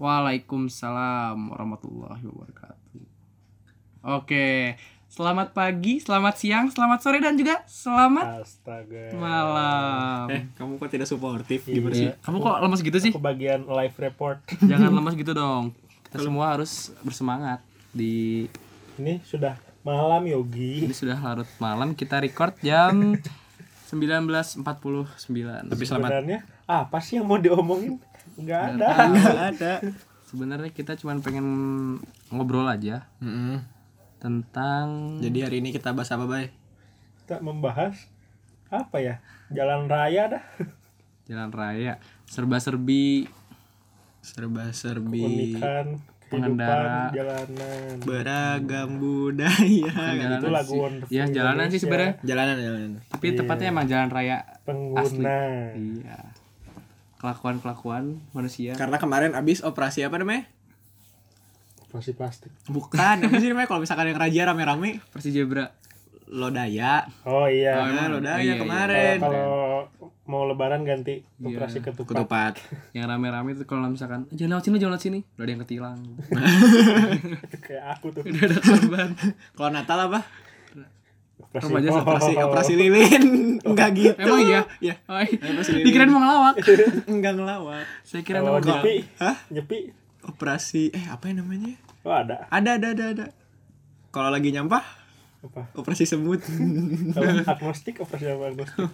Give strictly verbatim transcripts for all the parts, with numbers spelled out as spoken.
Waalaikumsalam warahmatullahi wabarakatuh. Oke, selamat pagi, selamat siang, selamat sore dan juga selamat Astaga. malam. Eh, kamu kok tidak suportif? Iya. Gimana sih? Kamu kok lemas gitu sih? Aku bagian live report. Jangan lemas gitu dong. Kita semua harus bersemangat. Di Ini sudah malam Yogi. ini sudah larut malam, kita record jam sembilan belas empat puluh sembilan. Tapi selamat. Sebenarnya apa sih yang mau diomongin? Enggak ada. Nggak ada. Sebenarnya kita cuma pengen ngobrol aja Mm-mm. tentang Jadi hari ini kita bahas apa, Bay? Kita membahas apa ya? Jalan raya dah. jalan raya, serba-serbi, Serba-serbi, Unikan pengendara. kehidupan jalanan. beragam budaya. Jalanan Itu lagu sih. Wonderful Ya, jalanan sih Indonesia. sebenarnya. Jalanan, jalanan. Tapi Iya. tepatnya emang jalan raya Pengguna. iya. Kelakuan-kelakuan manusia. Karena kemarin abis operasi apa namanya? Masih plastik. Bukan, apa sih namanya kalau misalkan yang raja rame-rame? Persijebra. Lodaya. Oh iya. Oh, Nah, emang? Lodaya Oh, iya, iya. kemarin. Kalau mau lebaran ganti Iya. operasi ketupat. Ketupat. Yang rame-rame itu kalau misalkan jangan lewat sini, jangan lewat sini, udah ada yang ketilang. Kayak aku tuh. Udah ada korban. Kalau Natal apa? Operasi. Remaja Oh. Operasi operasi lilin. Enggak gitu. Emang iya? Iya. Oh, iya. Operasi lilin. Dikirain mau ngelawak. Enggak ngelawak. Saya kira Kalau mau ngelawak. nyepi, Hah? nyepi. Operasi eh apa yang namanya? Oh ada. Ada ada ada ada. Kalau lagi nyampah, Apa? operasi semut. Kalau agnostik operasi apa agnostik?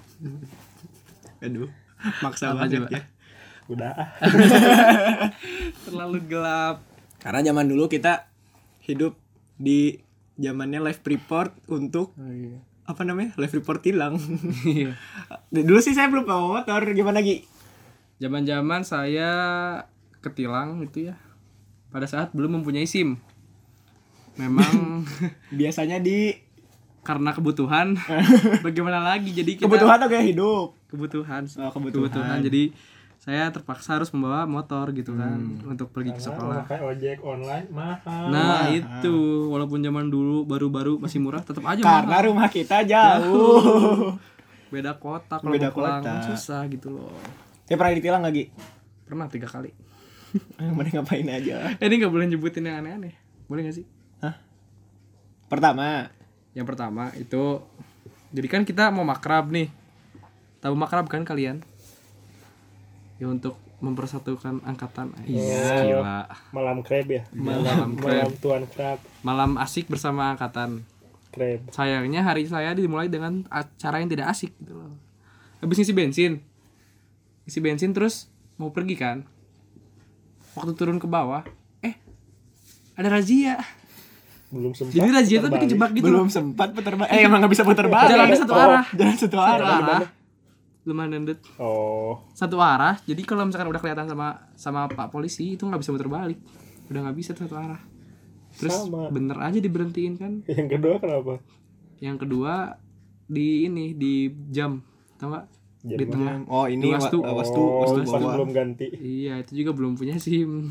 Aduh, maksa Apa banget coba? ya. Udah. Terlalu gelap. Karena zaman dulu kita hidup di zamannya live report untuk Oh iya. apa namanya? Live report tilang. Iya. Dulu sih saya belum bawa motor, gimana Gi? Zaman-zaman saya ketilang itu ya. Pada saat belum mempunyai SIM. Memang Biasanya di karena kebutuhan. Bagaimana lagi? Jadi kita kebutuhan atau gaya hidup? kebutuhan. Oh, kebutuhan. Jadi saya terpaksa harus membawa motor gitu kan untuk pergi ke Karena sekolah. pakai ojek online mahal. Nah, itu walaupun zaman dulu baru-baru masih murah tetap aja Karena mahal. rumah kita jauh. Beda kota kalau Beda mau pulang kota. susah gitu loh. Ya pernah ditilang nggak Gi? Pernah tiga kali. Mana ngapain aja? Eh, ini nggak boleh nyebutin yang aneh-aneh. Boleh nggak sih? Pertama, Yang pertama itu jadi kan kita mau makrab nih. Tahu makrab kan kalian? Ya untuk mempersatukan angkatan. Iya. Gila. Malam krab ya. Malam krab. Malam tuan krab. Malam asik bersama angkatan. Krab. Sayangnya hari saya dimulai dengan acara yang tidak asik gitu loh. Habis ngisi bensin. Isi bensin terus mau pergi kan. Waktu turun ke bawah, eh ada razia. Belum sempat. Jadi razia tapi terbalik. kejebak gitu. belum sempat putar balik. Eh emang nggak bisa putar balik. Jalannya satu Oh. arah. Jalan satu Satu arah. arah. Lumayan dendet. Oh. Satu arah. Jadi kalau misalkan udah kelihatan sama sama Pak polisi itu nggak bisa putar balik. Udah nggak bisa tuh satu arah. Terus Sama. bener aja diberhentiin kan. Yang kedua kenapa? Yang kedua di ini di jam, tau nggak? Jam Di apa? tengah. Oh ini Di wastu. wa- wastu, Oh, wastu pas bawah. belum ganti. Iya, itu juga belum punya SIM.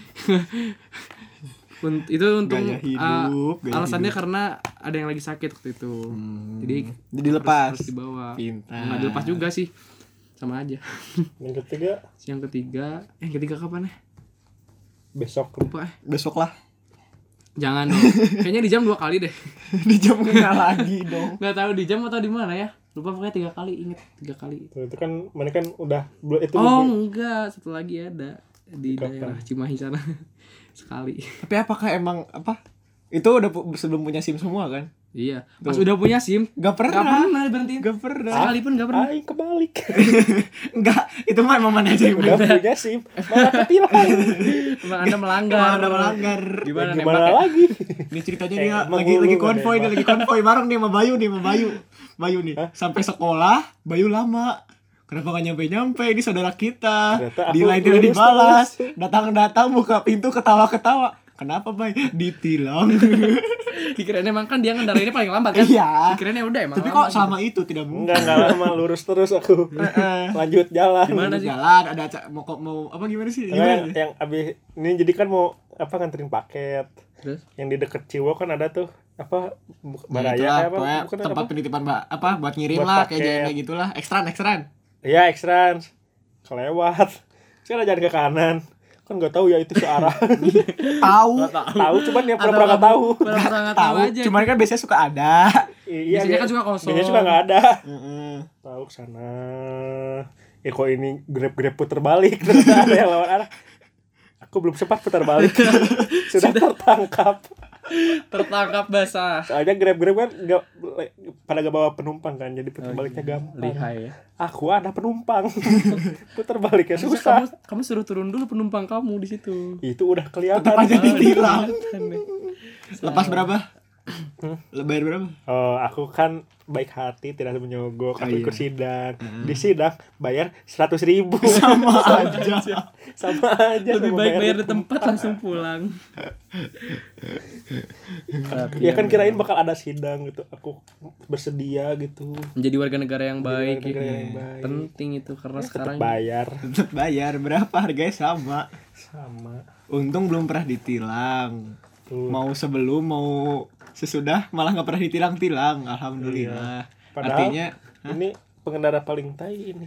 Unt- itu untung Gaya hidup, uh, gaya alasannya hidup. karena ada yang lagi sakit waktu itu. Hmm. Jadi Jadi lepas. harus dibawa. Pintar. Nggak dilepas juga sih. Sama aja. Yang ketiga Yang ketiga, eh yang ketiga kapan ya? besok. Lupa eh. Besok lah. Jangan dong. Kayaknya di jam dua kali deh. Di jam kena lagi dong. Nggak tahu di jam atau di mana ya. Lupa pokoknya tiga kali, inget tiga kali. Tuh, itu kan mana kan udah belum itu Oh belum- enggak, satu lagi ada di Kapan? daerah Cimahi sana. Sekali. Tapi apakah emang apa? Itu udah pu- sebelum punya SIM semua kan? Iya. Pas udah punya SIM, Gak pernah. nggak pernah diberhentiin. Gak pernah. Sekali pun nggak pernah. Aing kebalik. Enggak, itu mah emang mana aja yang Udah bener. punya SIM, malah ketilang. Emang Anda melanggar. Emang Anda melanggar. Gimana, Ya, nembak gimana ya? lagi? Ini ceritanya Eh, dia emang lagi dulu lagi kan konvoy, dia nembak. lagi konvoy bareng nih sama Bayu nih, sama Bayu. Bayu nih. Hah? Sampai sekolah, Bayu lama. Kenapa gak nyampe-nyampe? Ini saudara kita. Ternyata Di aku lain tidak lurus dibalas. terus. Datang-datang buka pintu ketawa-ketawa. Kenapa, Bay? Ditilang. Dikirain emang kan dia ngendarainnya paling lambat kan? Iya. Dikirain ya udah emang. Tapi lama kok selama itu tidak mungkin. Enggak, enggak lama lurus terus aku. Heeh. Lanjut jalan. Gimana sih? Jalan ada aca- mau kok mau apa gimana sih? Karena yang, Gimana? yang abis ini jadi kan mau apa nganterin paket. Terus? Yang di deket Ciwo kan ada tuh apa bu- Nah, baraya itulah, kayak apa? pokoknya Bukan tempat apa? penitipan ba- apa buat ngirim Buat lah paket. kayak kayak gitulah. Ekstran, ekstran. Iya, ekstrans. Kelewat. Saya jalan ke kanan. kan nggak tahu ya itu searah. Tahu. Tahu cuman yang Atau pura-pura nggak kamu tahu. pura-pura nggak tahu Tahu. aja. Cuman kan biasanya suka ada. Iya, Biasanya dia- kan suka kosong. Biasanya suka nggak ada. Heeh. Tahu sana. Eh kok ini grab-grab putar balik ternyata ada yang lawan arah. Aku belum sempat putar balik. Sudah tertangkap. Tertangkap basah. Soalnya grab-grab kan nggak pada gak bawa penumpang kan, jadi putar baliknya gampang. Lihai ya. Aku ada penumpang. Putar baliknya Harusnya susah. kamu kamu suruh turun dulu penumpang kamu di situ. Itu udah kelihatan. Tetap aja ditilang. kelihatan deh. Lepas berapa? Lebar berapa? Oh, aku kan baik hati, tidak menyogok. Aku Oh, iya. ikut sidang. Di sidang bayar seratus ribu. Sama aja. Sama aja. Lebih sama baik bayar di di tempat langsung pulang. Ya kan kirain bakal ada sidang gitu. Aku bersedia gitu. Menjadi warga negara yang Menjadi baik. warga negara ya. yang baik. Penting itu karena sekarang Bayar Tetap bayar berapa harganya sama. sama. Untung belum pernah ditilang. Tuh. Mau sebelum mau sesudah malah nggak pernah ditilang-tilang. Alhamdulillah. Padahal Artinya ini pengendara paling tai ini.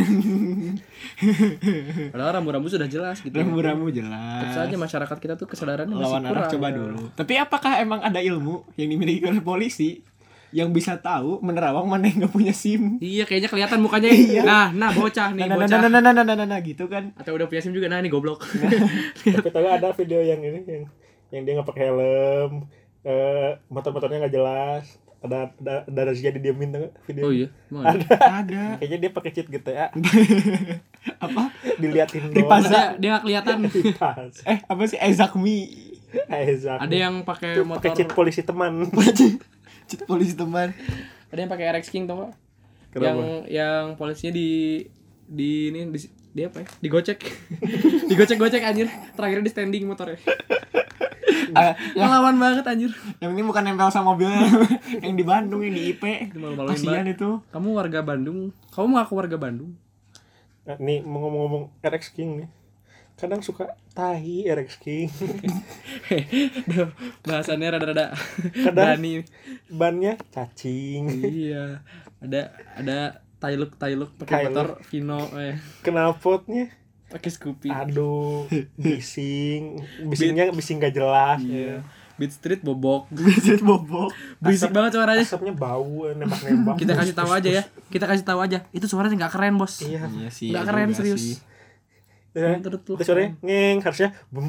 padahal rambu-rambu sudah jelas gitu. rambu-rambu Tentu jelas. saja masyarakat kita tuh kesadarannya masih Lawan arah kurang. coba dulu. Tapi apakah emang ada ilmu yang dimiliki oleh polisi yang bisa tahu menerawang mana yang nggak punya SIM? Iya, kayaknya kelihatan mukanya. Nah, nah bocah nih, Nah, nah, bocah. nah, nah, nah, nah, nah, nah, nah, gitu kan. Atau udah punya SIM juga, nah ini goblok. Tapi tahu ada video yang ini yang yang dia nggak pakai helm, eh, motor-motornya nggak jelas. Ada ada ada razia didiemin tuh video. Oh iya, emang ada. Ada. Kayaknya dia pakai cheat G T A. Apa? Diliatin Di doang. pasar. Dia dia nggak kelihatan. Pas. Eh, apa sih Ezakmi? Exactly. Ada yang pakai Itu pakai motor, cheat polisi teman. Cit polisi teman. ada yang pakai R X King tau gak? Kenapa? Yang yang polisinya di di ini di, di apa ya? Digocek. Digocek-gocek anjir. Terakhirnya di standing motornya. Ah, yang, Melawan banget anjir. yang ini bukan nempel sama mobilnya. Yang di Bandung, yang di I P. Itu malu-maluin Kasihan banget. itu. Kamu warga Bandung. Kamu mengaku warga Bandung. Nah, nih mau ngomong-ngomong R X King nih. Kadang suka tahi R X King. Duh, bahasannya rada-rada Kadang- berani. Bannya cacing. Iya. Ada ada Tailuk Tailuk pakai Tailuk. motor Vino eh Knalpotnya pakai Scoopy. aduh bising. Bisingnya bising gak jelas. Iya. Beat Street bobok. Cit bobok. Berisik banget suaranya. Asapnya bau, nembak-nembak. Kita kasih tahu aja ya. Kita kasih tahu aja. Itu suaranya nggak keren, Bos. Iya. Iya sih. Nggak iya keren juga serius. sih. Terus Terus tuh. terus sore ngeng harusnya bum.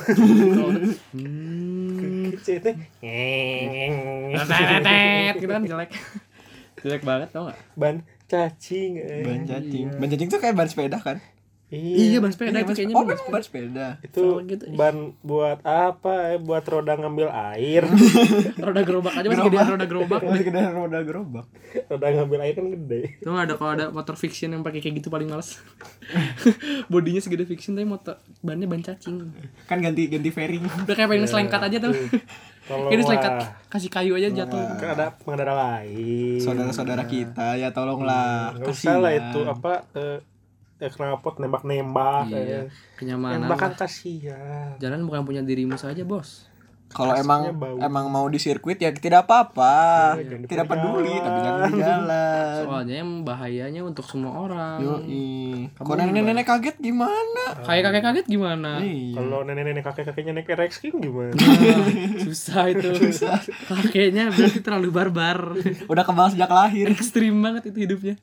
Hmm. Kecil itu ngeng. Tetet gitu kan jelek. Jelek banget tau gak? Ban cacing. eh. Ban cacing. Ban cacing tuh kayak ban sepeda kan? Iya, ban sepeda Iya, itu ban kayaknya. sepeda. Oh, ban memang ban sepeda. Itu Sama gitu. ban buat apa? eh? Buat roda ngambil air. Roda gerobak aja masih gedean roda gerobak. Masih gede roda gerobak. Roda ngambil air kan gede. Tuh nggak ada kalau ada motor fiction yang pakai kayak gitu paling males. Bodinya segede fiction tapi motor bannya ban cacing. Kan ganti ganti fairing. Udah kayak pengen selengkat aja tuh. Tolong Kayak selengkat lah. kasih kayu aja jatuh. Kan ada pengendara lain. Saudara-saudara kita ya tolonglah. Nggak usah lah Kasihan. itu apa eh, eh knalpot nembak-nembak. Iya. eh. Kenyamanan. Nembak kan lah. kasihan. Jalan bukan punya dirimu saja, Bos. Kalau Asapnya emang bau. emang mau di sirkuit ya tidak apa-apa. Iya, jangan di Tidak pinggir peduli jalan. tapi jangan di jalan. Soalnya yang bahayanya untuk semua orang. Yoi. Kamu Kalau nenek-nenek kaget gimana? Kayak kakek-kaget gimana? Iya. Kalau nenek-nenek kakek-kakeknya naik R X King gimana? Nah, susah itu. Kakeknya berarti terlalu barbar. Udah kebal sejak lahir. Ekstrim banget itu hidupnya.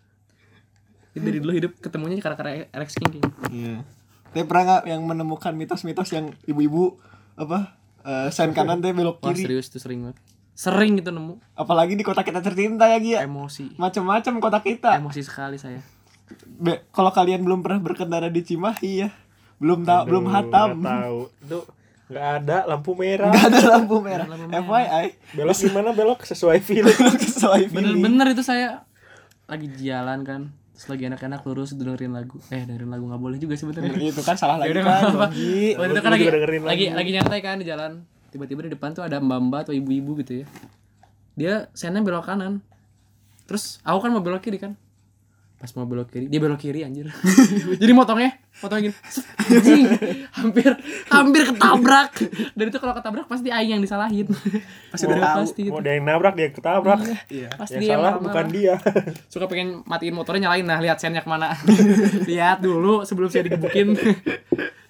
Dari dulu hidup ketemunya kara-kara R X King. Iya. Tapi pernah nggak yang menemukan mitos-mitos yang ibu-ibu apa eh, sen kanan teh belok Wah kiri? serius tuh sering banget. Sering gitu nemu. Apalagi di kota kita tercinta ya Gia. Emosi. Macam-macam kota kita. Emosi sekali saya. Be, kalau kalian belum pernah berkendara di Cimahi ya, belum tahu, belum Aduh, hatam. nggak tahu. Itu nggak ada lampu merah. Nggak ada lampu merah. Lampu merah. F Y I. Belok gimana belok sesuai film. Sesuai feeling. Bener-bener itu saya lagi jalan kan. Terus lagi enak-enak lurus dengerin lagu. Eh dengerin lagu nggak boleh juga sebenarnya. Itu kan salah lagi Yaudah, kan. nggak apa-apa. Yogi. Waktu itu kan Gua lagi juga dengerin lagi lagu. lagi nyantai kan di jalan. Tiba-tiba di depan tuh ada mbak-mbak atau ibu-ibu gitu ya. Dia sennya belok kanan. Terus aku kan mau belok kiri kan. Pas mau belok kiri, dia belok kiri anjir. Jadi motongnya, motongnya gini. Set, anjing. Hampir hampir ketabrak. Dan itu kalau ketabrak pasti aing yang disalahin. Pasti Mau udah tahu, pasti gitu. Mau ada yang nabrak dia ketabrak. Iya. Pasti Yang dia salah marah-marah. bukan dia. Suka pengen matiin motornya nyalain, nah lihat sennya kemana. Lihat dulu sebelum saya digebukin.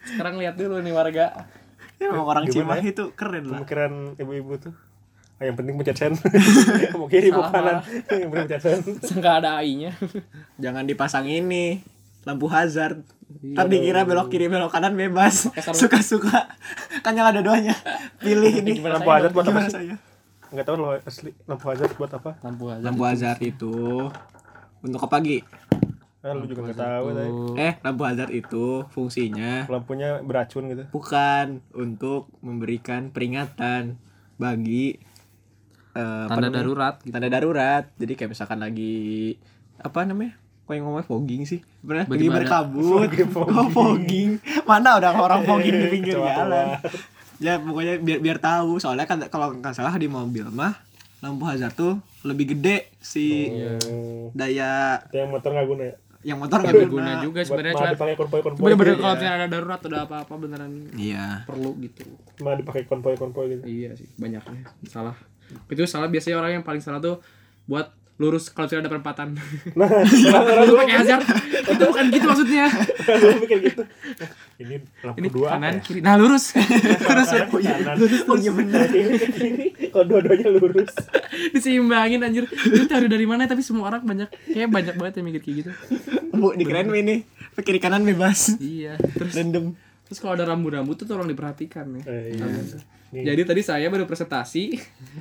Sekarang lihat dulu nih warga. Emang orang Gimana Cimahi ya? itu keren lah. Pemikiran ibu-ibu tuh. Ah, yang penting pencet sen. Mau kiri mau Salah, kanan. Yang penting pencet sen. Enggak ada A I-nya. Jangan dipasang ini lampu hazard. Iya Ntar dikira belok kiri belok kanan bebas. Suka-suka. Kan yang ada duanya. Pilih ini. Gimana Lampu saya hazard buat apa Gimana sih? saya? Enggak tahu loh asli lampu hazard buat apa. Lampu hazard. Lampu hazard itu untuk apa Gi? Ah, lu juga enggak tahu tadi. Eh, lampu hazard itu fungsinya Lampunya beracun gitu. bukan untuk memberikan peringatan bagi eh, apa Tanda namanya? darurat gitu. Tanda darurat. Jadi kayak misalkan lagi apa namanya? Kok yang ngomongnya fogging sih? Bener? Lagi Bagaimana? berkabut. Fogging, fogging. Oh, fogging. Mana ada orang fogging di pinggir Coba-coba. jalan. Ya pokoknya biar biar tahu. Soalnya kan kalau nggak salah di mobil mah lampu hazard tuh lebih gede si Hmm. daya Itu yang motor nggak guna ya? yang motor nggak Nggak guna. guna juga Buat sebenarnya, malah cuma dipakai konvoy-konvoy. bener-bener gitu. kalau misalnya ada darurat ada apa-apa beneran Iya. perlu gitu. Malah dipakai konvoy-konvoy gitu. Iya sih, banyaknya salah. Itu salah biasanya orang yang paling salah tuh buat lurus kalau tidak ada perempatan. Nah, orang-orang Lu dulu pakai hazard. Itu bukan gitu maksudnya. gue mikir gitu. Ini lampu Ini dua kanan apa ya? kiri. Nah, lurus. Lurus ya. Kanan. Oh iya bener. Ini ke kiri. Kalau dua-duanya lurus. Diseimbangin anjir. Itu tahu dari mana tapi semua orang banyak kayak banyak banget yang mikir kayak gitu. Bu, dikirain ini kiri kanan bebas. Iya. Terus Random. terus kalau ada rambu-rambu tuh tolong diperhatikan ya. Eh, iya. Nih. Jadi tadi saya baru presentasi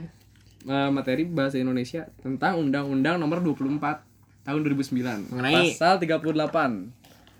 eh, materi bahasa Indonesia tentang Undang-Undang Nomor dua puluh empat tahun dua ribu sembilan. Mengenai- Pasal tiga puluh delapan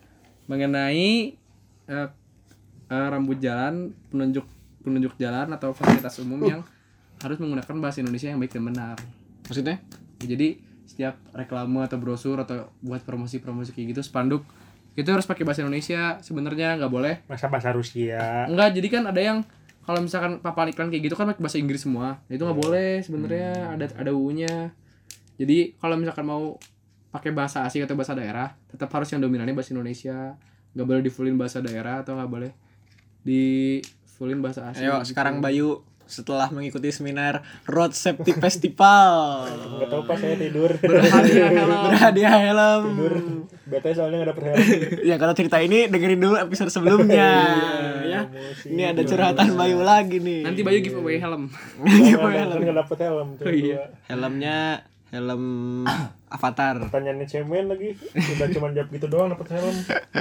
mengenai eh, eh, rambut jalan, penunjuk penunjuk jalan atau fasilitas umum yang harus menggunakan bahasa Indonesia yang baik dan benar. Maksudnya? Jadi setiap reklame atau brosur atau buat promosi-promosi kayak gitu spanduk itu harus pakai bahasa Indonesia sebenarnya, nggak boleh. Masa bahasa Rusia. Enggak, jadi kan ada yang kalau misalkan papan iklan kayak gitu kan pakai bahasa Inggris semua. Nah, itu nggak boleh sebenarnya, ada ada U U-nya. Jadi kalau misalkan mau pakai bahasa asing atau bahasa daerah, tetap harus yang dominannya bahasa Indonesia. Nggak boleh di fullin bahasa daerah atau nggak boleh di fullin bahasa asing. Ayo gitu. sekarang Bayu setelah mengikuti seminar Road Safety Festival. Enggak tahu pas saya tidur. Berhadiah helm. Berhadiah helm. Tidur. Bete soalnya enggak dapet helm. Ya kalau cerita ini dengerin dulu episode sebelumnya ya. Emosi. Ini ada curhatan Bayu lagi nih. Nanti Bayu giveaway helm. Giveaway Kan helm. enggak dapet helm tuh. Oh, iya. dua. Helmnya helm Avatar. Pertanyaannya cemen lagi. Udah cuma jawab gitu doang dapet helm.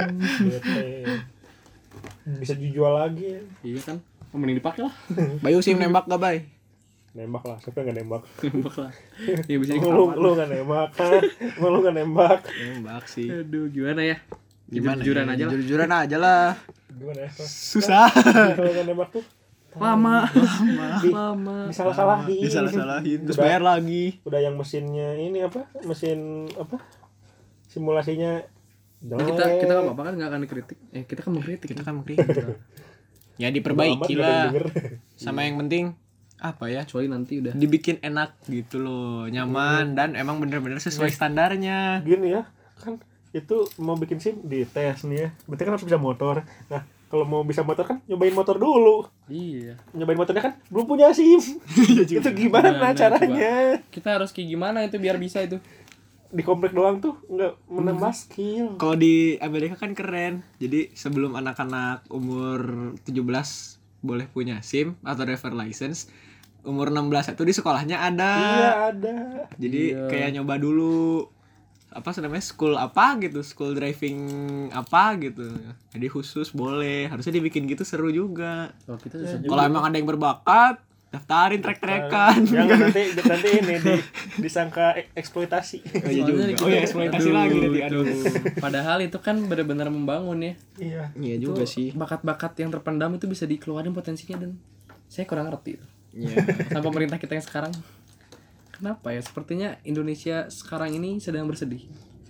Bete. Bisa dijual lagi. Iya kan? Oh, mending dipakai lah. Bayu sih nembak gak, Bay? Nembak lah, siapa yang gak nembak? Nembak lah. Ya bisa Lu, diketahuan. lu gak nembak, kan? Emang lu gak nembak? Nembak sih. Aduh, gimana ya? Gimana? Jujuran ya? aja lah. Jujuran aja lah. Gimana ya? Susah. Kalau gak nembak tuh Lama, lama, Di- lama. disalah-salahin. Disalah-salahin terus Udah- bayar lagi. Udah yang mesinnya ini apa? Mesin apa? Simulasinya Nah, kita kita nggak apa-apa kan nggak akan dikritik. Eh kita kan mengkritik. Kita kan mengkritik. Ya diperbaiki lah. Sama yang penting apa ya? Kecuali nanti udah. Dibikin enak gitu loh, nyaman dan emang bener-bener sesuai standarnya. Gini ya, kan itu mau bikin SIM di tes nih ya. Berarti kan harus bisa motor. Nah, kalau mau bisa motor kan nyobain motor dulu. Iya. Nyobain motornya kan belum punya SIM. Itu gimana Gimana caranya? Kita harus kayak gimana itu biar bisa itu? Di komplek doang tuh nggak menambah skill. Kalau di Amerika kan keren. Jadi sebelum anak-anak umur tujuh belas boleh punya SIM atau driver license, umur enam belas itu di sekolahnya ada. Iya ada. Jadi Iya. kayak nyoba dulu apa sih namanya school apa gitu, school driving apa gitu. Jadi khusus boleh, harusnya dibikin gitu seru juga. Kalau kita susah. Kalau emang ada yang berbakat, daftarin trek-trekan. Jangan nanti nanti ini di, disangka ek- eksploitasi. Oh iya juga. Soalnya Oh iya kita- eksploitasi aduh, lagi nanti aduh. Padahal itu kan benar-benar membangun ya. Iya. Iya Itu juga sih. Bakat-bakat yang terpendam itu bisa dikeluarin potensinya dan saya kurang ngerti itu. Iya. Sama pemerintah kita yang sekarang. Kenapa ya? Sepertinya Indonesia sekarang ini sedang bersedih.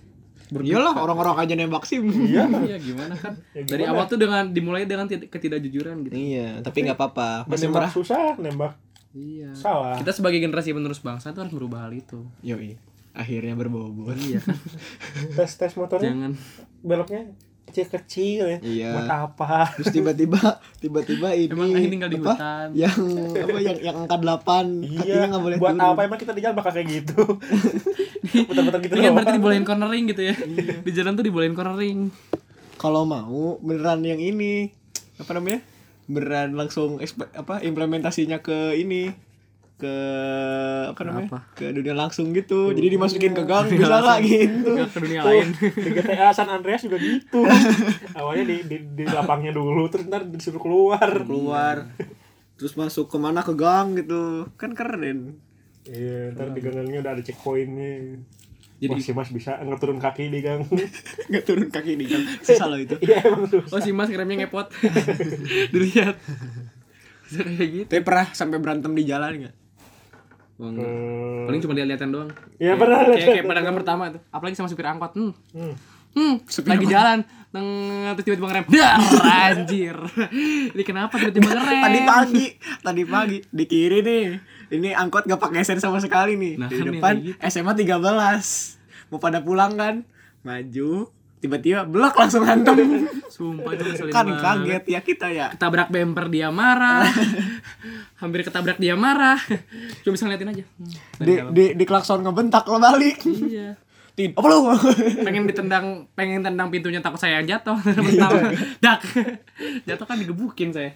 Iyalah orang-orang aja nembak SIM. Iya. Iya gimana kan? Ya, Dari gimana? awal tuh dengan dimulai dengan tid- ketidakjujuran gitu. Iya, tapi nggak apa-apa. Masih Nembak murah. susah, nembak Iya. salah. Kita sebagai generasi penerus bangsa tuh harus merubah hal itu. Yoi. Akhirnya berbobot. Iya kan? Tes tes motornya Jangan beloknya kecil-kecil ya. Iya. Buat apa? Terus tiba-tiba tiba-tiba ini Emang ini tinggal di apa? hutan. Yang apa yang yang angka delapan Iya. kakinya nggak boleh Buat turun. apa emang kita di jalan bakal kayak gitu? Putar-putar gitu. Ini kan berarti doang. dibolehin cornering gitu ya. Di jalan tuh dibolehin cornering. Kalau mau beneran yang ini apa namanya? Beran langsung ekspe- apa implementasinya ke ini ke apa namanya? Apa? Ke dunia langsung gitu. Jadi dimasukin ke gang bisa lah gitu. Ke dunia lain. Di G T A San Andreas juga gitu. Awalnya di, di di lapangnya dulu, terus ntar disuruh keluar. Keluar. Terus masuk kemana ke gang gitu. Kan keren. Iya, ntar di gangnya udah ada checkpointnya. Jadi- Wah, si Mas bisa ngeturun kaki di gang. Nggak turun kaki di gang. Susah loh itu. Iya emang susah. Oh si Mas remnya ngepot. Dilihat. Bisa kayak gitu. Tapi pernah sampai berantem di jalan nggak? Oh, enggak. Hmm. Paling cuma lihat-lihatan doang. Iya pernah. Kayak kayak pedagang pertama tuh. Apalagi sama supir angkot. Hmm. Hmm. Hmm, lagi jalan, neng terus tiba-tiba ngerem. Dar, anjir. Ini kenapa tiba-tiba ngerem? Tadi pagi, tadi pagi di kiri nih. Ini angkot gak pakai sen sama sekali nih. Nah, Di kan depan kayak gitu. S M A tiga belas. Mau pada pulang kan? Maju, tiba-tiba blok langsung hantam. Sumpah itu ngeselin Kan banget. kaget ya kita ya. Ketabrak bemper dia marah. Hampir ketabrak dia marah. Cuma bisa ngeliatin aja. Hmm, dari Di dalam. di di klakson ngebentak lo balik. Iya. Tid, apa lu? Pengen ditendang, pengen tendang pintunya takut saya yang jatuh. Pertama, dak. Jatuh kan digebukin saya.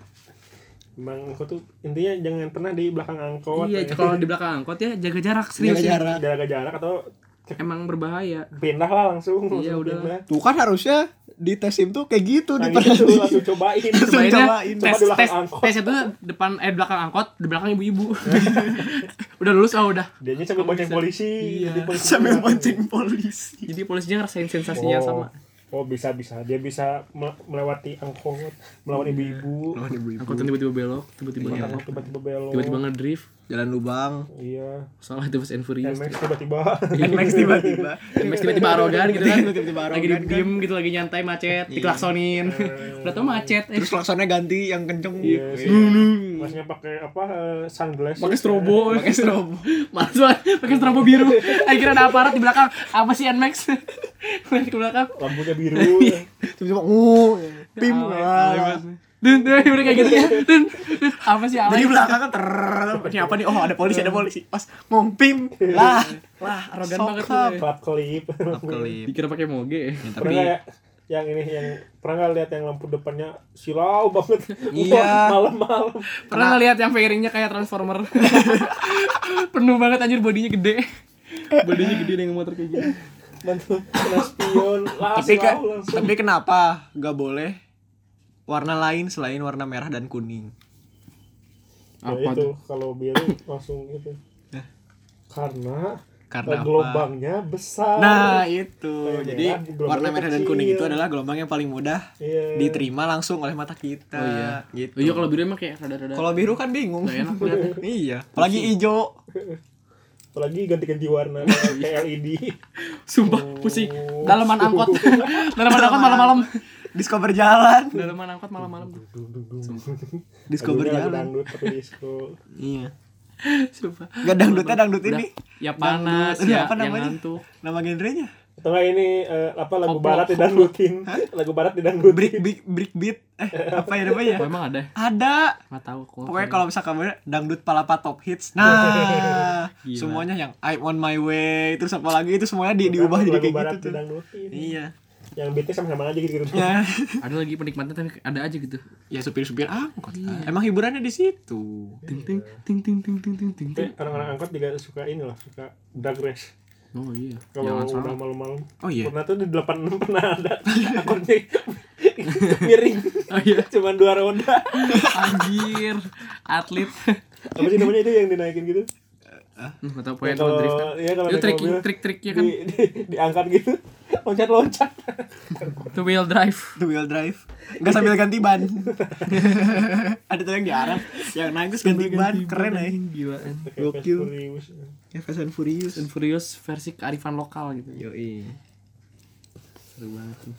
Emang aku tuh intinya jangan pernah di belakang angkot. Iya, ya. kalau di belakang angkot ya jaga jarak serius. Jaga ya. jarak. Jaga jarak atau Emang berbahaya. pindah lah langsung. Iya, langsung udah. pindah. Tuh kan harusnya di tes SIM tuh kayak gitu Nah di gitu langsung cobain. Sebenarnya cobain. tes, Coba di belakang tes, angkot. tes itu depan eh belakang angkot, di belakang ibu-ibu. Udah lulus oh udah. Dianya sambil bonceng bisa. polisi. Iya. Jadi polisi sambil juga. bonceng polisi. Jadi polisinya ngerasain sensasinya Oh. sama. Oh bisa bisa dia bisa me- melewati angkot melawan ibu-ibu. Lawan ibu-ibu. Angkot tiba-tiba belok, tiba-tiba Iya. ngelok, Tiba-tiba belok. tiba-tiba ngedrift. Jalan lubang. Iya. Salah itu Fast and Furious. Nmax tiba-tiba. Nmax tiba-tiba. Nmax tiba-tiba arogan gitu kan. Tiba-tiba arogan Lagi kan. diem gitu lagi nyantai macet, diklaksonin. Udah tau macet. Eh, Terus klaksonnya ganti yang kenceng. Iya sih. Masnya pakai apa eh, sunglass. pakai strobo, Pakai strobo. Males banget pakai strobo biru. Akhirnya ada aparat di belakang. Apa sih Nmax? Lihat ke belakang. Lampunya biru. Tiba-tiba uh, pim. Alay, Wah. alay banget. Dun, dun, udah kayak gitu ya. Dun, dun. Apa sih alay? Dari belakang kan ter ini apa nih? Oh, ada polisi, ada polisi. Pas ngomong pim. Lah, Wah, arogan Sokap. banget tuh. ya. Klap kelip. kelip. Dikira pakai moge. Ya, Pernah tapi nggak ya yang ini yang pernah nggak lihat yang lampu depannya silau banget. Iya. Wah, malam-malam. Pernah ngeliat yang fairingnya kayak transformer. Penuh banget anjir bodinya gede. Bodinya gede dengan motor kayak gini. Bantu kena spion. Lah, tapi ke, silau langsung. tapi kenapa nggak boleh warna lain selain warna merah dan kuning? Ya Apa itu kalau biru langsung gitu. Hah? Karena Karena apa? gelombangnya besar. Nah, itu. Kayak Jadi merah, gelombangnya warna merah dan kecil. kuning itu adalah gelombang yang paling mudah Iya. diterima langsung oleh mata kita. Oh iya. Gitu. Oh iya kalau biru emang kayak rada-rada. Kalau biru kan bingung. Nggak enak liatnya. Iya, apalagi hijau. Apalagi ganti-ganti warna kayak L E D. Sumpah pusing. Dalaman angkot. Dalaman angkot malam-malam. Disco berjalan. Dalaman angkot malam-malam. Disco Lagunya lagu berjalan. dangdut pakai disco. Iya. Sumpah. Gak dangdutnya dangdut Udah, ini. ya panas Dangdut. ya Apa yang namanya? ngantuk. Nama genrenya? Atau nggak ini eh, apa lagu Koplo, barat koplo. didangdutin. Lagu barat didangdutin. Break break break beat. Eh, apa ya namanya? Oh emang ada? Ada. Nggak tahu. Aku nggak Pokoknya tahu. kalau misalkan kamu dangdut palapa top hits. Nah, Gila. semuanya yang I'm on my way, terus apa lagi itu semuanya di, diubah jadi Lagu kayak barat gitu tuh. didangdutin. Iya. Yang beatnya sama-sama aja gitu. Ya, ada lagi penikmatnya tapi ada aja gitu. ya supir-supir angkot. Emang hiburannya di situ. Ting ting ting ting ting ting ting ting. Tapi orang-orang angkot juga suka ini loh, suka drag race. Oh iya. Kalau Jangan udah salah. malam-malam. Oh iya. Pernah tuh di delapan puluh enam pernah ada angkotnya miring. Oh iya. Cuman dua roda. Anjir. Atlet. Apa sih namanya itu yang dinaikin gitu? Enggak tahu Ya, poin kalau drift kan. ya kalau Itu naik trik mobil trik-triknya kan. di, di, diangkat gitu. Loncat-loncat. Two wheel drive. Two wheel drive. Enggak sambil ganti ban. Ada tuh yang di Arab yang naik terus ganti ban, keren ya. Gilaan. Kayak Gokil. Fast Furious. Ya Fast and Furious. And Furious versi kearifan lokal gitu. Yoi. Seru banget tuh.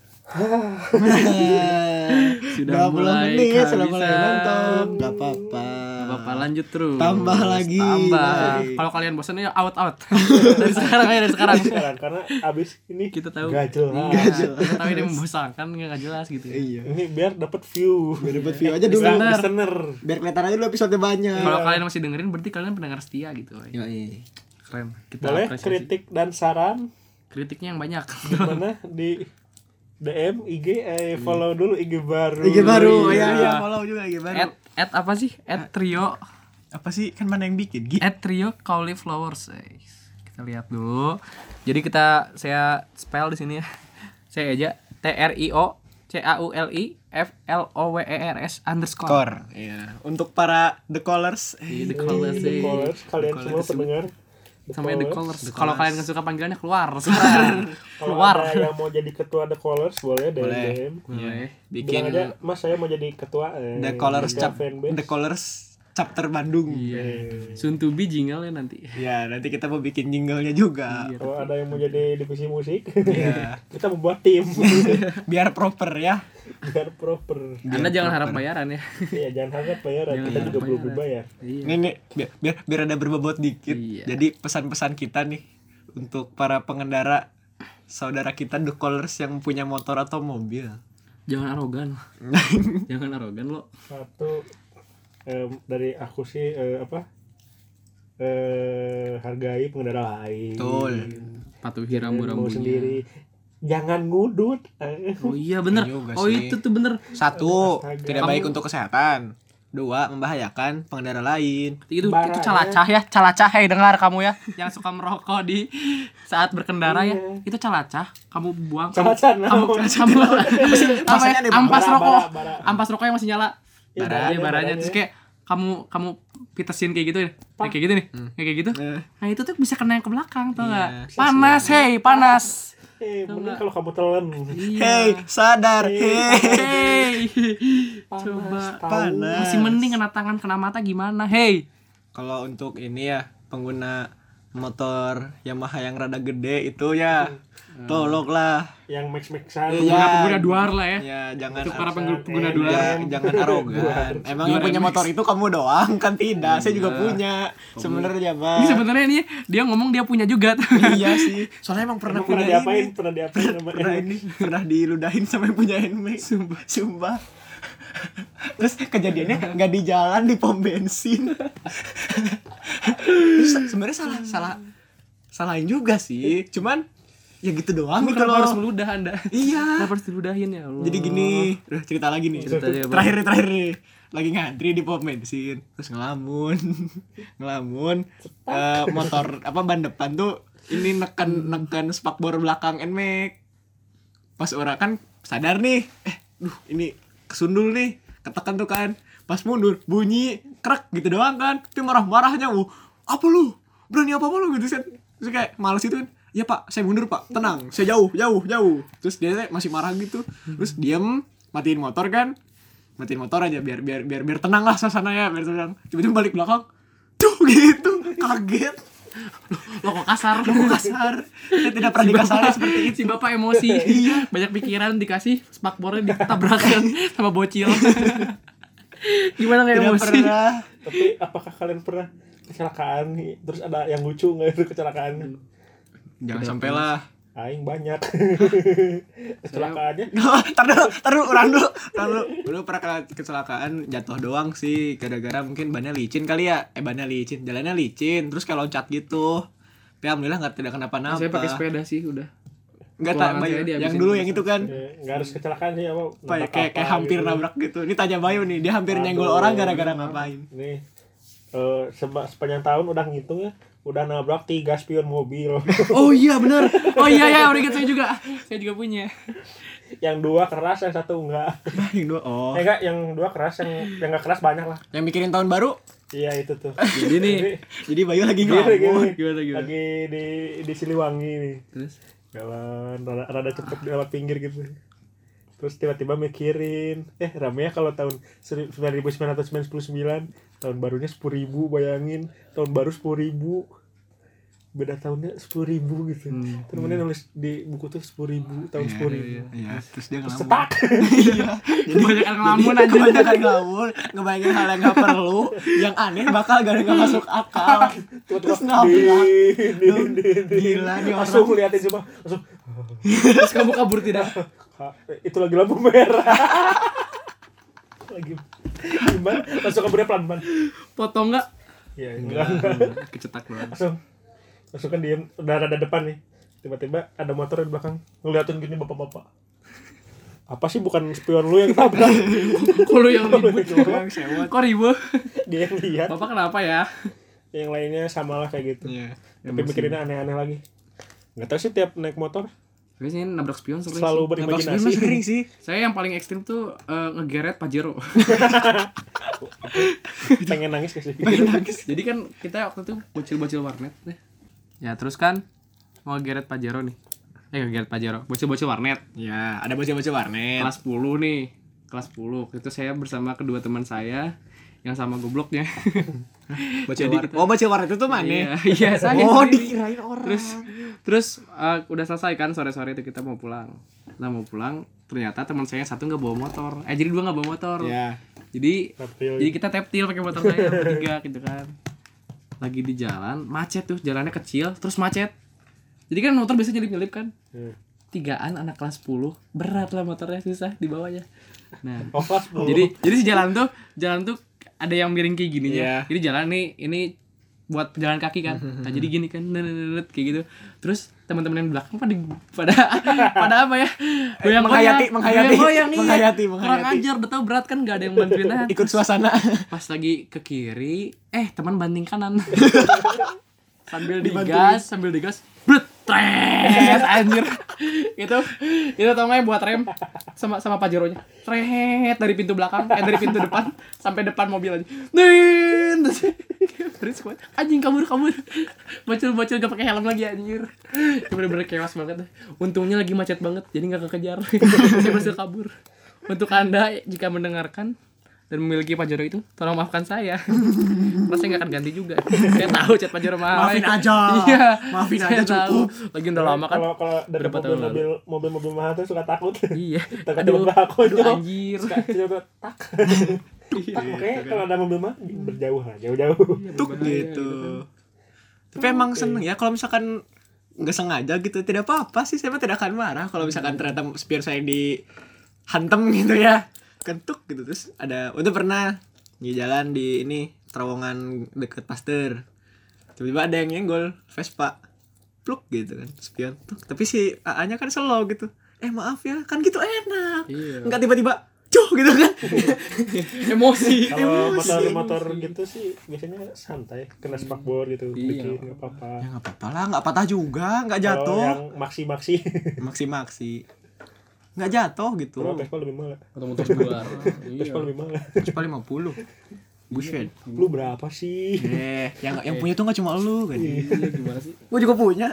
Sudah mulai menit, sudah mulai kehabisan. nonton. Gak apa-apa. Apa-apa lanjut terus. Tambah lagi. Tambah. Lagi. Kalau kalian bosan ya out out. Dari sekarang aja dari sekarang. Sekarang karena abis ini Kita tahu. gak jelas. Gak jelas. Kita tahu ini membosankan nggak jelas gitu. Iya. Ini biar dapat view. Biar dapat view aja dulu. Listener. Listener. Biar kelihatan aja dulu episode banyak. Kalau kalian masih dengerin berarti kalian pendengar setia gitu. woy. Yoi. Keren. Kita Boleh apresiasi. kritik dan saran Kritiknya yang banyak. gimana di D M I G eh follow dulu I G baru. I G baru. Iya. Ya, ya, follow juga I G baru. At, at apa sih? At trio. Apa sih? Kan mana yang bikin? Gi? At trio cauliflowers. Eh, kita lihat dulu. Jadi kita saya spell di sini ya. Saya aja T R I O C A U L I F L O W E R S underscore. Core. Iya. Untuk para the callers. Iya, the The callers sih. Callers, kalian The semua Callers. pendengar. Sampai the callers. The Kalau Callers. kalian nggak suka panggilannya keluar. Sekarang. Kalau Keluar. ada yang mau jadi ketua The Callers boleh D M. Boleh. D M. Boleh. Bikin Bilang aja, Mas saya mau jadi ketua eh, the callers ketua cap fanbase. the callers chapter Bandung. Iya. Eh, Soon to be jingle ya nanti. Ya, nanti kita mau bikin jingle-nya juga. Iya. Kalau ada yang mau jadi divisi musik, Iya. kita membuat tim Biar proper ya. biar proper. Anda jangan harap bayaran ya. Iya, jangan harap bayaran, Jangan kita harap juga belum bayaran. dibayar. Iya. Ini nih biar, biar biar ada berbobot dikit. Iya. Jadi pesan-pesan kita nih untuk para pengendara saudara kita the callers yang punya motor atau mobil. Jangan arogan. Jangan arogan lo. Satu em, dari aku sih eh, apa? Eh, hargai pengendara lain. Betul. Patuhi Jangan mau rambu-rambunya. sendiri. Jangan ngudut. Eh, Oh iya bener. Iya juga Oh sih. itu tuh bener. Satu, Astaga. tidak baik untuk kesehatan. Dua, membahayakan pengendara lain. Itu Baranya. itu calacah ya, calacah hei dengar kamu ya, yang suka merokok di saat berkendara ya. Iya. Itu calacah, kamu buang. Calacah, kamu, kamu, naon? kamu apa sih? Apa ya? Bahasanya nih, Ampas bara, rokok. bara, bara. Ampas rokok yang masih nyala. Iya, Bara, baranya, baranya, baranya. terus kayak kamu kamu pitesin kayak gitu ya. Kayak kayak gitu nih. Kayak gitu. Eh. Nah, itu tuh bisa kena yang ke belakang, tau Iya. enggak? Panas, hei, panas. Eh, mending kalau kamu telan. Iya. Hey, sadar. Hey. Hey. Panas, Coba. tahu. Panas. Masih mending kena tangan kena mata gimana? Hei. Kalau untuk ini ya, pengguna motor Yamaha yang rada gede itu ya, tolonglah. Yang max-maxan. Iya. Pengguna pengguna duar lah ya. Ya, jangan Untuk para Absen, pengguna, pengguna eh, duar. Ya, Duar. jangan arogan. Emang yang Duar punya M X. motor itu kamu doang kan tidak? Saya juga Iya. punya. Sebenarnya mah. Ini sebenarnya ini dia ngomong dia punya juga tuh. Iya sih. Soalnya emang pernah Emang pernah punya diapain? ini. Pernah diapain sama Pernah N M A X? ini, pernah diludahin sama yang punya N M A X. Sumpah. Sumpah. Terus kejadiannya nggak di jalan, di pom bensin. Terus sebenarnya salah salah salahin juga sih. Cuman ya gitu doang Kamu gitu kenapa harus loh. meludah Anda? Iya. Kenapa harus diludahin ya Allah? Jadi gini, udah cerita lagi nih. Cerita aja, Bang. terakhir nih, terakhir nih. Lagi ngantri di pom bensin, terus ngelamun. ngelamun. Eh, motor apa ban depan tuh ini neken neken spakbor belakang N M A X. Pas orang kan sadar nih, eh, duh ini kesundul nih, ketekan tuh kan. Pas mundur, bunyi krek gitu doang kan. Tapi marah-marahnya, "Wuh, apa lu? Berani apa apa lu?" gitu kan. Terus kayak males itu kan. "Ya Pak, saya mundur Pak, tenang, saya jauh, jauh, jauh." Terus dia tuh masih marah gitu. Terus diem, matiin motor kan. Matiin motor aja biar biar biar biar tenang lah suasana ya, biar tenang. Tiba-tiba balik belakang. Duh gitu, kaget. Lo kok kasar? Lu kasar. Saya tidak pernah dikasarin seperti itu. Si bapak emosi. Iya. Banyak pikiran dikasih spakbornya ditabrakan sama bocil. Gimana nggak Tidak emosi? pernah. Tapi apakah kalian pernah kecelakaan nih? Terus ada yang lucu nggak itu kecelakaan? Jangan sampai lah. Aing banyak. Kecelakaannya Tar dulu, tar dulu, ulang dulu, ulang dulu. Dulu pernah kena kecelakaan jatuh doang sih, gara-gara mungkin bannya licin kali ya. Eh bannya licin, jalannya licin, terus kayak loncat gitu. Tapi alhamdulillah nggak tidak kenapa-napa. Saya pakai sepeda sih udah. Nggak Pulangan tak, Bayu. saya dihabisin Yang dulu terus. yang itu kan. eh, nggak harus kecelakaan sih apa? Apa ya, nabrak kayak kayak apa hampir gitu. nabrak gitu. Ini tanya Bayu nih, dia hampir Aduh. nyenggol orang gara-gara ngapain. Nih eh seba, sepanjang tahun udah ngitung ya, udah nabrak tiga spion mobil. Oh iya benar. Oh iya ya, udah ingat saya juga. Saya juga punya. Yang dua keras, yang satu enggak. Yang dua, oh. Eh enggak, yang dua keras, yang yang enggak keras banyak lah. Yang mikirin tahun baru. Iya itu tuh. Jadi nih, Jadi Bayu lagi Gini, gini. ngelamun. gimana gimana? Lagi di di Siliwangi nih. Terus Jalan rada, rada cepet di lewat pinggir gitu. Terus tiba-tiba mikirin, eh rame ya kalau tahun sembilan ribu sembilan ratus sembilan puluh sembilan, tahun barunya sepuluh ribu, bayangin tahun baru sepuluh ribu, beda tahunnya sepuluh ribu gitu. Hmm. Temennya nulis di buku tuh sepuluh ribu, tahun sepuluh ribu. Iya, terus dia ngelamun. Setak. Iya. Jadi kebanyakan ngelamun jadi aja. kebanyakan ngelamun, ngebayangin hal yang gak perlu, yang aneh bakal gak gak masuk akal. Terus nabrak. Din, din, din, din. Gila nih Langsung orang. liatin semua, langsung terus kamu kabur tidak? "Ha, itu lagi lampu merah." Lagi gimana? Langsung kaburnya pelan-pelan. Potong nggak? Ya, enggak, enggak. Kecetak banget. Langsung langsung kan diem, udah ada depan nih. Tiba-tiba ada motor di belakang ngeliatin gini bapak-bapak. Apa sih bukan spion lu yang tabrak? Kok lu yang ribut? Orang sewot. Kok ribut? Dia yang lihat. Bapak kenapa ya? Yang lainnya samalah kayak gitu. Iya. Tapi mikirinnya aneh-aneh lagi. Nggak tahu sih tiap naik motor Tapi sih nabrak spion sering selalu sih. Nabrak spion mah berimajinasi. sering sih. Saya yang paling ekstrim tuh eh, ngegeret Pajero. Pengen nangis gak sih? Jadi kan kita waktu itu bocil-bocil warnet deh. Ya terus kan mau ngegeret Pajero nih. Eh ngegeret Pajero, bocil-bocil warnet. Ya, ada bocil-bocil warnet. Kelas sepuluh nih. Kelas sepuluh. Itu saya bersama kedua teman saya yang sama gobloknya. Bocil Jadi warnet. kita- Oh, bocil warnet itu mana? Iya, iya saya. Oh, sendiri. dikirain orang. Terus terus eh, udah selesai kan sore-sore itu kita mau pulang. Nah mau pulang ternyata teman saya yang satu nggak bawa motor. Eh jadi dua nggak bawa motor. Ya. Jadi Reptil. jadi kita teptil pakai motor saya bertiga gitu kan. Lagi di jalan macet tuh, jalannya kecil terus macet. Jadi kan motor biasa nyelip-nyelip kan. Hmm. Tigaan anak kelas sepuluh berat lah motornya, susah dibawanya. Nah Oh, kelas sepuluh. jadi jadi si jalan tuh jalan tuh ada yang miring kayak gini Iya. ya. Jadi jalan nih ini buat pejalan kaki kan. Nah, jadi gini kan nenet kayak gitu. Terus teman-teman yang di belakang pada pada pada apa ya? Goyang menghayati, menghayati, goyang, iya. menghayati, Kurang menghayati. ajar, udah tau berat kan gak ada yang bantuin nah. Ikut suasana. Pas lagi ke kiri, eh teman banting kanan. Sambil Dibantuin. digas, sambil digas, bret, tret, anjir. Itu itu tau gak yang buat rem sama sama Pajeronya. Tret dari pintu belakang, eh dari pintu depan sampai depan mobil aja. Nin. Terus kuat. Anjing kabur kabur. Bocil-bocil gak pakai helm lagi anjir. Itu bener-bener chaos banget. Untungnya lagi macet banget jadi gak kekejar. Saya berhasil kabur. Untuk Anda jika mendengarkan dan memiliki Pajero itu, tolong maafkan saya. Karena saya nggak akan ganti juga. Saya tahu cat Pajero mahal. Maafin aja. Iya. Maafin saya aja, tahu. cukup. Lagi udah lama kan. Kalau kalau dari Berapa tahun lalu? mobil-mobil mobil-mobil mahal tuh suka takut. Iya. Takut Aduh, ada belakang aduh anjir. Suka coba tak. Tak makanya kalau ada mobil mahal berjauh lah, jauh-jauh. Tuk gitu. Tapi emang seneng ya kalau misalkan nggak sengaja gitu, tidak apa-apa sih, saya mah tidak akan marah kalau misalkan ternyata spion saya dihantem gitu ya, kentuk gitu. Terus ada, udah pernah di jalan di ini terowongan deket Pasteur, tiba-tiba ada yang nyenggol Vespa, pluk gitu kan, spion pluk. Tapi si A A-nya kan slow gitu, eh maaf ya, kan gitu enak, Iya. nggak tiba-tiba cuh gitu kan. Emosi. Kalau Emosi, motor-motor gitu sih biasanya santai, kena spakbor gitu, Iya. dikit nggak apa-apa. Ya nggak apa-apa lah, nggak patah juga, nggak Kalau jatuh. yang maksi-maksi, Maksi-maksi nggak jatuh gitu. kalau Vespa lebih mahal. Motor-motor luar. Vespa lebih mahal. Vespa lima puluh Buset. Lu berapa sih? Eh, yang yang punya tuh nggak cuma lu kan. Iya, gimana sih? Gue juga punya.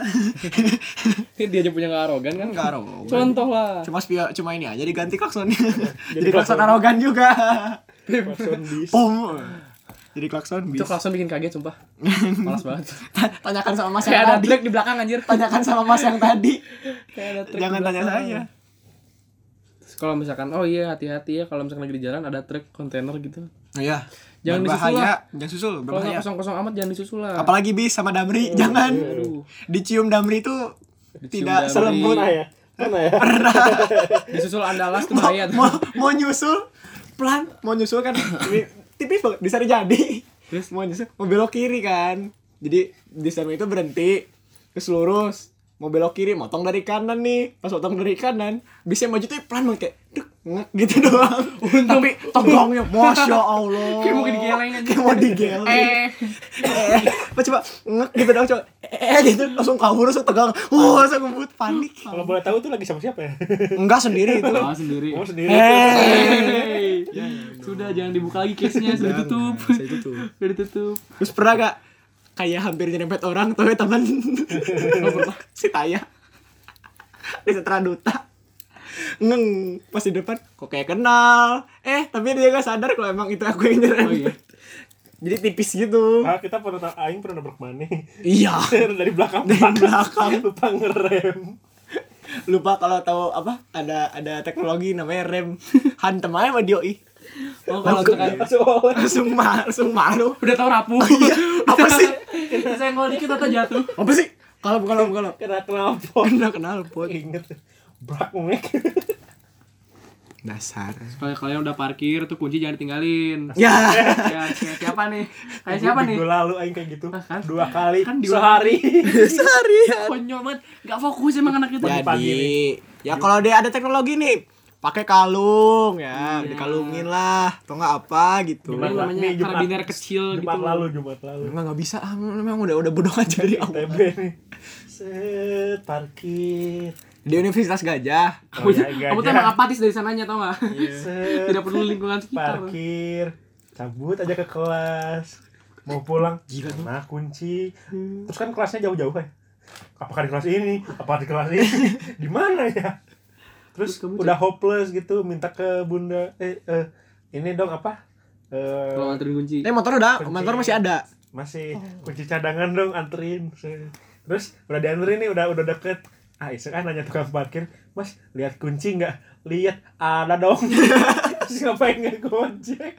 Dia aja punya nggak arogan kan? Enggak arogan. Contoh lah. Cuma spia, cuma ini aja diganti klaksonnya. Jadi Jadi klakson klakson. arogan juga. Klakson bis. Pum. Jadi klakson Itu bis. klakson bikin kaget sumpah. Malas banget. Tanyakan sama Mas Kayak yang ada tadi. truk di belakang anjir. Tanyakan sama Mas yang tadi. Kayak ada truk Jangan di tanya belakang. saya. Terus kalau misalkan oh iya hati-hati ya kalau misalkan lagi di jalan ada truk kontainer gitu. Oh iya. Jangan Berbahaya. disusul lah. Jangan susul, Kalau nggak berbahaya. kosong-kosong amat jangan disusul lah. Apalagi bis sama Damri, jangan. Aduh. Dicium Damri itu Dicium tidak Damri. selembut. Pernah ya? Pernah ya? Disusul andalas tuh mau, bahaya tuh. mau, mau nyusul pelan, mau nyusul kan ini tipis banget di Sari Jadi. Terus mau nyusul, mau belok kiri kan. Jadi di sana itu berhenti, terus lurus, mau belok kiri, motong dari kanan nih. Pas motong dari kanan, bisa maju tuh pelan banget kayak duk, ngek gitu doang. Tapi tegangnya Masya Allah. Kayak mau digeleng aja. Kayak mau digeleng. Eh. Eh, pas coba ngek gitu dong coba. Eh gitu langsung kabur langsung tegang. Wah, langsung ngebut panik. Kalau boleh tahu tuh lagi sama siapa ya? Enggak sendiri itu. Oh, sendiri. Oh sendiri. Hei. Sudah jangan dibuka lagi case-nya, sudah ditutup. Saya tutup. Sudah ditutup. Terus pernah gak kayak hampir nyerempet orang tuh teman si Taya di Setra Duta ngeng pas di depan kok kayak kenal eh tapi dia gak sadar kalau emang itu aku yang nyerempet. Oh, iya. Jadi tipis gitu. Ah, kita pernah aing pernah nabrak mana? Iya. Dari belakang. Dari belakang. Lupa ngerem. Lupa kalau tahu apa ada ada teknologi namanya rem hantem aja sama Dioi. Oh, kalau misalkan Langsung ma langsung malu. udah tahu rapuh. Apa sih? Saya ngol dikit atau jatuh. Apa sih? Kalau kalau kalau Kena knalpot. kena kenal pot. Ingat. Brak mek. Dasar. Kalau kalian udah parkir tuh kunci jangan ditinggalin. Ya. Ya, kayak siapa nih? Kayak siapa nih? Minggu lalu aing kayak gitu. kan? Dua kali Kan di- sehari. Seharian. Konyol banget. Enggak fokus emang anak itu. pagi Jadi, ya kalau dia ada teknologi nih, pakai kalung ya, Iya. dikalungin lah, atau nggak apa gitu. Ini namanya Nih, Jumat- karabiner kecil Jumat gitu. lalu, Jumat lalu. Enggak nggak bisa, ah, memang udah udah bodoh aja dari I T awal. B nih. Set parkir. Di Universitas Gajah. Oh, Kamu ya, kamu tuh gajah. emang apatis dari sananya tau gak? Set Tidak perlu lingkungan sekitar. parkir. Cabut aja ke kelas. Mau pulang, Gila tuh. nah kunci. Terus kan kelasnya jauh-jauh ya. Apakah di kelas ini? Apa di kelas ini? Di mana ya? Terus Terus kamu udah hopeless gitu, minta ke bunda, eh, eh ini dong apa? Eh, Kalau nganterin kunci. Eh motor udah, Kunci. motor masih ada. masih kunci cadangan dong, anterin. Terus udah dianterin nih, udah udah deket. Ah, iseng ah nanya tukang parkir, Mas, lihat kunci nggak? Lihat, ada dong. Terus ngapain nggak gojek?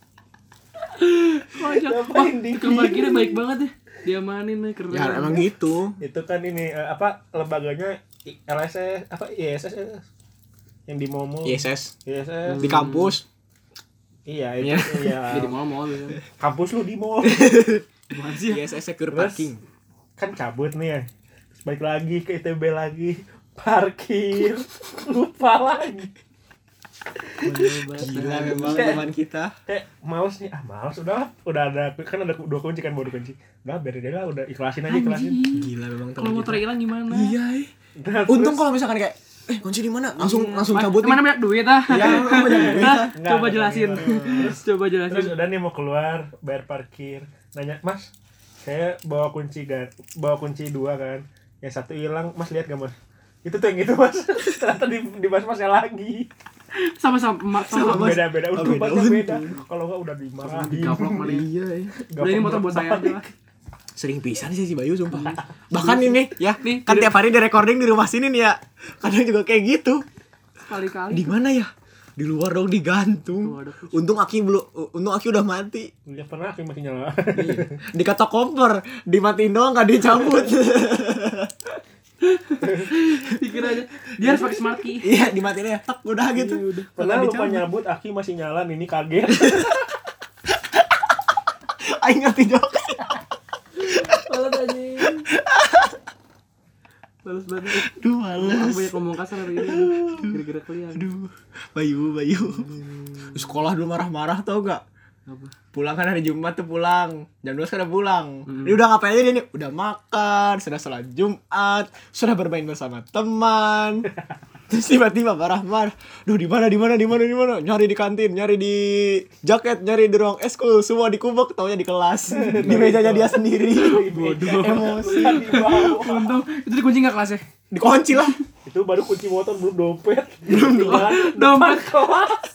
Kocak. Wah, Ngapain di tukang parkirnya baik banget ya. Diamanin nih, keren. Ya emang gitu. Itu kan ini eh, apa lembaganya I- L S S apa I S S ya? Yang di Momo. I S S I S S. di kampus. Iya, itu Iya. iya. Jadi mall-mall gitu. Kampus lu di mall. Gimana sih? I S S secure Terus, parking. kan cabut nih ya. Terus balik lagi ke I T B lagi. Parkir. Lupa lagi. Gila memang Kayak- teman kita. Kayak males nih. Ah, males udah. Udah ada kan ada dua kunci kan, baru kunci. Udah biarin aja lah, udah ikhlasin aja, ikhlasin. Anjing. Gila memang Kalau teman motor kita. hilang gimana? Iya. eh. Nah, Untung terus- kalau misalkan kayak eh kunci di mana? Langsung Iya. langsung Ma- cabut. Mana nih. banyak duit ah? Iya, emang banyak duit. Hah? Enggak, Coba enggak, jelasin. enggak. Terus coba Terus jelasin. udah nih mau keluar bayar parkir, nanya, Mas, saya bawa kunci kan, bawa kunci dua kan, yang satu hilang, Mas lihat gak Mas? Itu tuh yang itu Mas, ternyata di di mas masnya lagi. Sama-sama sama Mas. Beda beda, Oh, untung beda, masnya beda. untung. Kalau nggak udah dimarahin. Digaplok kali. Iya. eh. Udah ini motor buat saya aja lah. Sering pisan sih si Bayu sumpah. Bahkan ini ya, Nih, kan di- tiap hari di recording di rumah sini nih ya. Kadang juga kayak gitu. Kali-kali. Di mana ya? Di luar dong digantung. Tuh, ada kucing. Untung Aki belum untung Aki udah mati. Ya pernah aku masih nyala. Di kata kompor, dimatiin doang enggak dicabut. Pikir aja. Dia harus pakai smart key. Iya, dimatiin ya. Tak udah gitu. Pernah Nggak lupa dicabut. nyabut, Aki masih nyala, ini kaget. Aing ngerti jokes. Males anjing. Males banget. Duh, Aku males. banyak ngomong kasar hari ini. Gara-gara kalian. Aduh, Bayu, Bayu. Sekolah dulu marah-marah tau gak? Apa? Pulang kan hari Jumat tuh pulang. Jam dua sudah pulang. Hmm. Ini udah ngapain aja dia nih? Udah makan, sudah sholat Jumat, sudah bermain bersama teman. Terus tiba-tiba marah-marah. Duh, di mana di mana di mana di mana? Nyari di kantin, nyari di jaket, nyari di ruang eskul, semua dikubek, taunya di kelas. Di mejanya dia sendiri. Bodoh. Emosi. Di bawah. Untung itu dikunci enggak kelasnya? Dikunci lah. Itu baru kunci motor, belum dompet. Belum Dompet. kelas.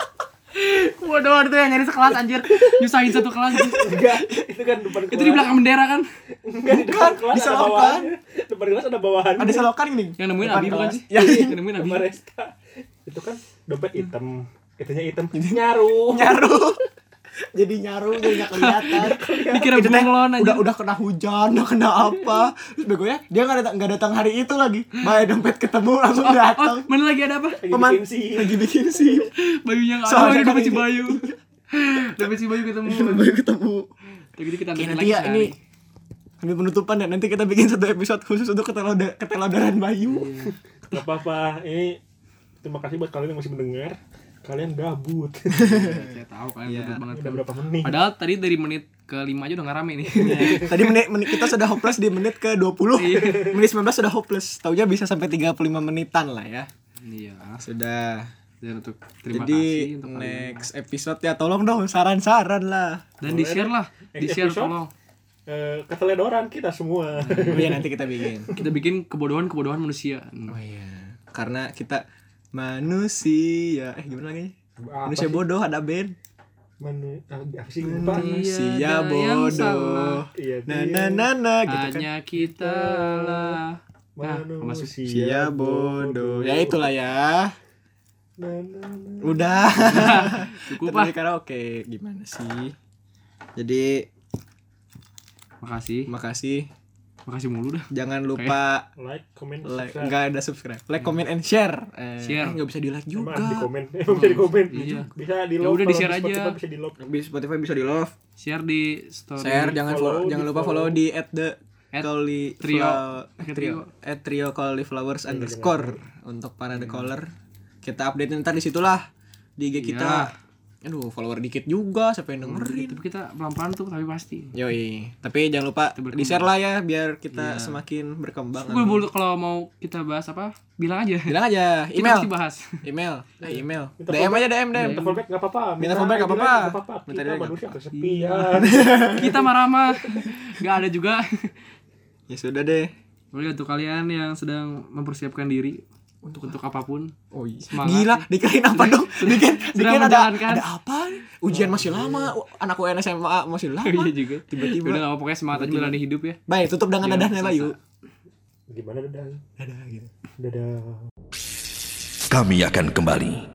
Waduh, itu yang nyari sekelas anjir. Nyusahin satu kelas. Enggak, itu kan depan kelas. Itu di belakang bendera kan? Enggak, di depan kelas di ada selokan. bawahannya. Depan kelas ada bawahannya. Ada selokan ini. Yang nemuin Depan Abi bukan kelas. sih? Ya, Yang nemuin Abi. Sama Resta. Itu kan dompet hitam. Itunya hitam. Nyaru. nyaru. Jadi nyaru jadi nggak kelihatan. Dikira Itu teh bunglon aja. udah udah kena hujan, udah kena apa. Terus begonya dia nggak datang nggak datang hari itu lagi. Bayar dompet ketemu langsung Oh, datang. mana lagi ada apa? Lagi Peman- bikin sih. lagi bikin sih. Bayunya enggak Soalnya ada, kan dapat si ini- Bayu. Dapat si Bayu ketemu. Baru ketemu. Jadi kita Oke, nanti nanti lagi ya ini cari. ini penutupan ya. Nanti kita bikin satu episode khusus untuk keteloda ketelodaran Bayu. Gak apa-apa. Ini terima kasih buat kalian yang masih mendengar. Kalian gabut. Saya tahu kan Iya. betul banget. Udah kan. berapa menit? Padahal tadi dari menit ke lima aja udah nggak rame nih. Tadi menit, menit kita sudah hopeless di menit ke dua puluh. Iya. Menit sembilan belas sudah hopeless. Taunya bisa sampai tiga puluh lima menitan lah ya. Iya. Sudah. Dan untuk terima Jadi kasih untuk kalian. next episode ya tolong dong saran-saran lah. Dan di share lah, di share Episode? tolong. Eh, keteledoran kita semua. Oh iya nanti kita bikin. Kita bikin kebodohan-kebodohan manusia. Oh iya. Karena kita manusia. Eh gimana lagi? Apa Manusia sih? bodoh ada band. Manu, ah, apa sih lupa? Manusia Tiada yang bodoh. salah. Iya, Nah nah nah nah gitu kan. Hanya kita lah. Nah, masuk. Manusia bodoh. Ya itulah ya. Nah, nah, nah. Udah. Cukup Terus lah. karaoke gimana sih? Jadi Makasih. makasih. Makasih mulu dah. Jangan lupa Like, comment, like, subscribe. enggak ada subscribe. Like, comment and share. Eh, Share. eh, nggak bisa di like Sama juga. di komen. Eh, bisa di komen. Iya. Bisa di Ya love. udah, kalau di-share di Spotify aja. Bisa di love. Di Spotify bisa di love. Share di story. Share jangan follow, follow, di jangan lupa follow. follow di at the At Cauli trio. Fla- At trio trio. at trio cauliflowers underscore untuk para the caller. Kita update ntar di situlah di I G kita. Iyalah. Aduh, follower dikit juga, siapa yang dengerin? Tapi kita pelan-pelan tuh tapi pasti. Yoi, tapi jangan lupa di-share lah ya biar kita Iya. semakin berkembang. Gue boleh kalau mau kita bahas apa, bilang aja. Bilang aja, Kita email. pasti bahas. Email, eh, email. Minta D M fallback. aja D M, D M. Minta fallback nggak apa-apa. Minta fallback nggak ID apa-apa. nggak apa-apa. Minta Kita ID manusia nggak kesepian. Kita marah-marah. Gak ada juga. Ya sudah deh. Oke, untuk kalian yang sedang mempersiapkan diri untuk untuk apapun. Oh iya. Semangat Gila, ya. dikirain apa dong? Dikirain, Sedang dikirain ada, menjalankan. ada apa? nih? Ujian masih lama, anak U N S M A masih lama. Iya juga. Tiba-tiba. Udah gak apa-apa, pokoknya semangat aja menjalani hidup ya. Baik, tutup dengan Jangan dadahnya lah susah. yuk. Gimana dadah? Dadah gitu. Dadah. Kami akan kembali